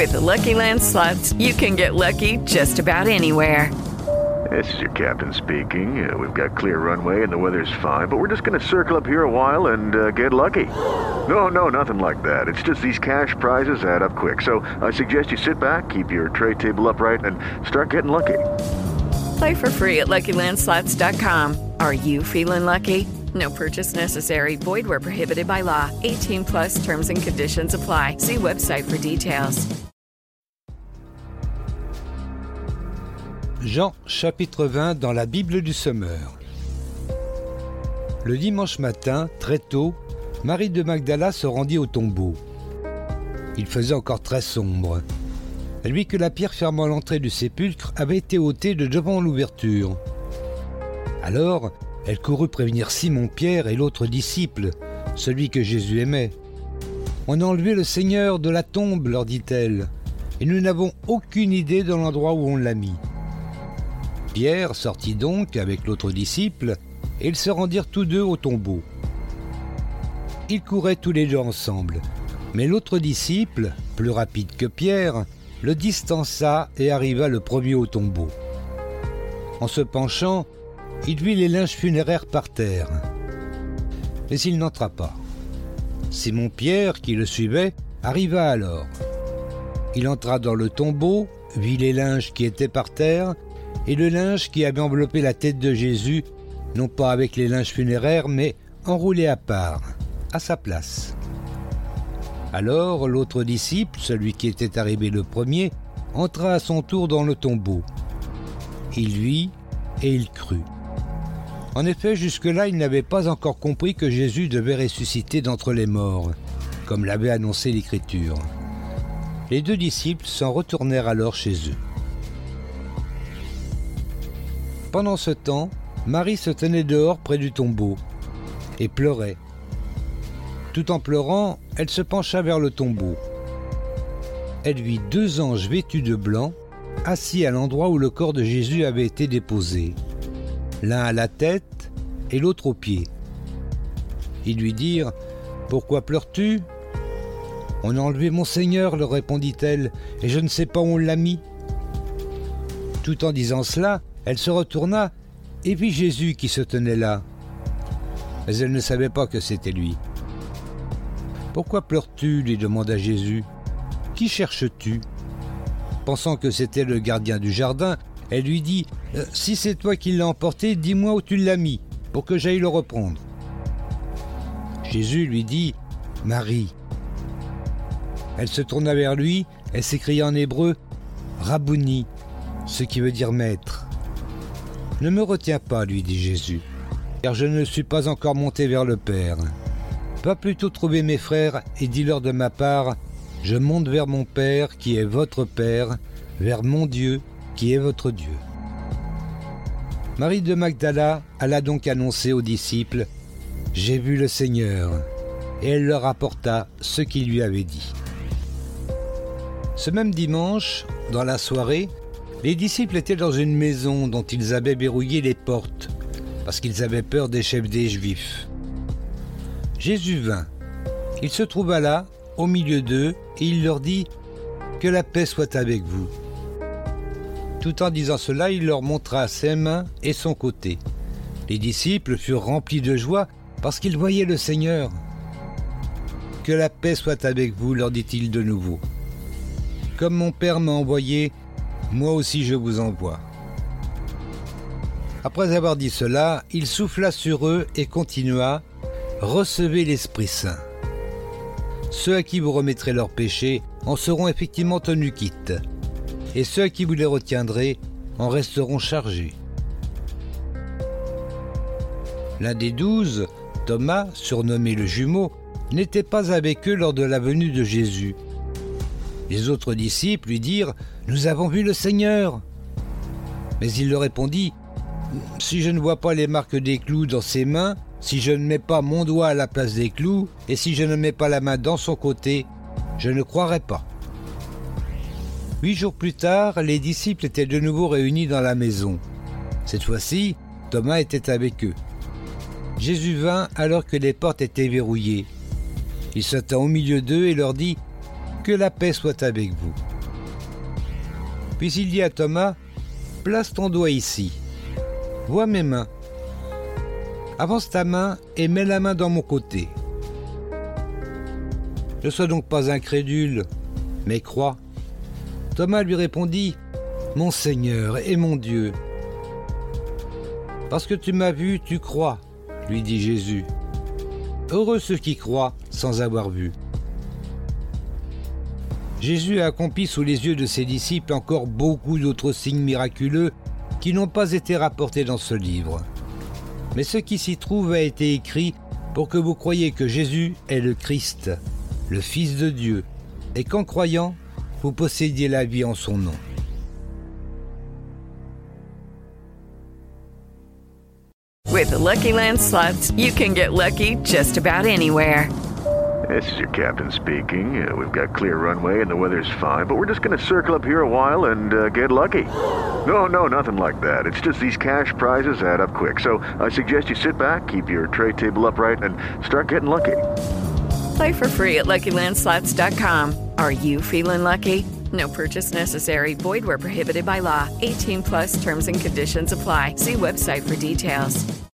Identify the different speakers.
Speaker 1: With the Lucky Land Slots, you can get lucky just about anywhere.
Speaker 2: This is your captain speaking. We've got clear runway and the weather's fine, but we're just going to circle up here a while and get lucky. No, nothing like that. It's just these cash prizes add up quick. So I suggest you sit back, keep your tray table upright, and start getting lucky.
Speaker 1: Play for free at LuckyLandSlots.com. Are you feeling lucky? No purchase necessary. Void where prohibited by law. 18 plus terms and conditions apply. See website for details.
Speaker 3: Jean, chapitre 20, dans la Bible du Semeur. Le dimanche matin, très tôt, Marie de Magdala se rendit au tombeau. Il faisait encore très sombre. Elle vit que la pierre fermant l'entrée du sépulcre avait été ôtée de devant l'ouverture. Alors, elle courut prévenir Simon-Pierre et l'autre disciple, celui que Jésus aimait. « On a enlevé le Seigneur de la tombe, leur dit-elle, et nous n'avons aucune idée de l'endroit où on l'a mis. » Pierre sortit donc avec l'autre disciple, et ils se rendirent tous deux au tombeau. Ils couraient tous les deux ensemble, mais l'autre disciple, plus rapide que Pierre, le distança et arriva le premier au tombeau. En se penchant, il vit les linges funéraires par terre, mais il n'entra pas. Simon-Pierre, qui le suivait, arriva alors. Il entra dans le tombeau, vit les linges qui étaient par terre, et le linge qui avait enveloppé la tête de Jésus, non pas avec les linges funéraires, mais enroulé à part, à sa place. Alors l'autre disciple, celui qui était arrivé le premier, entra à son tour dans le tombeau. Il vit et il crut. En effet, jusque-là, il n'avait pas encore compris que Jésus devait ressusciter d'entre les morts, comme l'avait annoncé l'Écriture. Les deux disciples s'en retournèrent alors chez eux. Pendant ce temps, Marie se tenait dehors près du tombeau et pleurait. Tout en pleurant, elle se pencha vers le tombeau. Elle vit deux anges vêtus de blanc, assis à l'endroit où le corps de Jésus avait été déposé, l'un à la tête et l'autre aux pieds. Ils lui dirent « Pourquoi pleures-tu » ? « On a enlevé mon Seigneur, leur répondit-elle, et je ne sais pas où on l'a mis. » Tout en disant cela, elle se retourna et vit Jésus qui se tenait là. Mais elle ne savait pas que c'était lui. « Pourquoi pleures-tu » lui demanda Jésus. « Qui cherches-tu » Pensant que c'était le gardien du jardin, elle lui dit « Si c'est toi qui l'as emporté, dis-moi où tu l'as mis, pour que j'aille le reprendre. » Jésus lui dit « Marie ». Elle se tourna vers lui et s'écria en hébreu « Rabouni », ce qui veut dire maître. « Ne me retiens pas, lui dit Jésus, car je ne suis pas encore monté vers le Père. Va plutôt trouver mes frères et dis-leur de ma part, je monte vers mon Père qui est votre Père, vers mon Dieu qui est votre Dieu. » Marie de Magdala alla donc annoncer aux disciples, « J'ai vu le Seigneur », et elle leur apporta ce qu'il lui avait dit. Ce même dimanche, dans la soirée, les disciples étaient dans une maison dont ils avaient verrouillé les portes, parce qu'ils avaient peur des chefs des Juifs. Jésus vint. Il se trouva là, au milieu d'eux, et il leur dit « Que la paix soit avec vous. » Tout en disant cela, il leur montra ses mains et son côté. Les disciples furent remplis de joie parce qu'ils voyaient le Seigneur. « Que la paix soit avec vous, leur dit-il de nouveau. Comme mon Père m'a envoyé, moi aussi je vous envoie. » Après avoir dit cela, il souffla sur eux et continua « Recevez l'Esprit Saint. Ceux à qui vous remettrez leurs péchés en seront effectivement tenus quittes, et ceux à qui vous les retiendrez en resteront chargés. » L'un des 12, Thomas, surnommé le jumeau, n'était pas avec eux lors de la venue de Jésus. Les autres disciples lui dirent « Nous avons vu le Seigneur !» Mais il leur répondit « Si je ne vois pas les marques des clous dans ses mains, si je ne mets pas mon doigt à la place des clous, et si je ne mets pas la main dans son côté, je ne croirai pas. » 8 jours plus tard, les disciples étaient de nouveau réunis dans la maison. Cette fois-ci, Thomas était avec eux. Jésus vint alors que les portes étaient verrouillées. Il se tint au milieu d'eux et leur dit « Que la paix soit avec vous. Puis il dit à Thomas, place ton doigt ici. Vois mes mains. Avance ta main et mets la main dans mon côté. Ne sois donc pas incrédule, mais crois. Thomas lui répondit, mon Seigneur et mon Dieu. Parce que tu m'as vu, tu crois, lui dit Jésus. Heureux ceux qui croient sans avoir vu. Jésus a accompli sous les yeux de ses disciples encore beaucoup d'autres signes miraculeux qui n'ont pas été rapportés dans ce livre. Mais ce qui s'y trouve a été écrit pour que vous croyiez que Jésus est le Christ, le Fils de Dieu, et qu'en croyant, vous possédiez la vie en son nom.
Speaker 1: With the Lucky Land Slots, you can get lucky just about anywhere.
Speaker 2: This is your captain speaking. We've got clear runway and the weather's fine, but we're just going to circle up here a while and get lucky. No, nothing like that. It's just these cash prizes add up quick. So I suggest you sit back, keep your tray table upright, and start getting lucky.
Speaker 1: Play for free at LuckyLandSlots.com. Are you feeling lucky? No purchase necessary. Void where prohibited by law. 18+ terms and conditions apply. See website for details.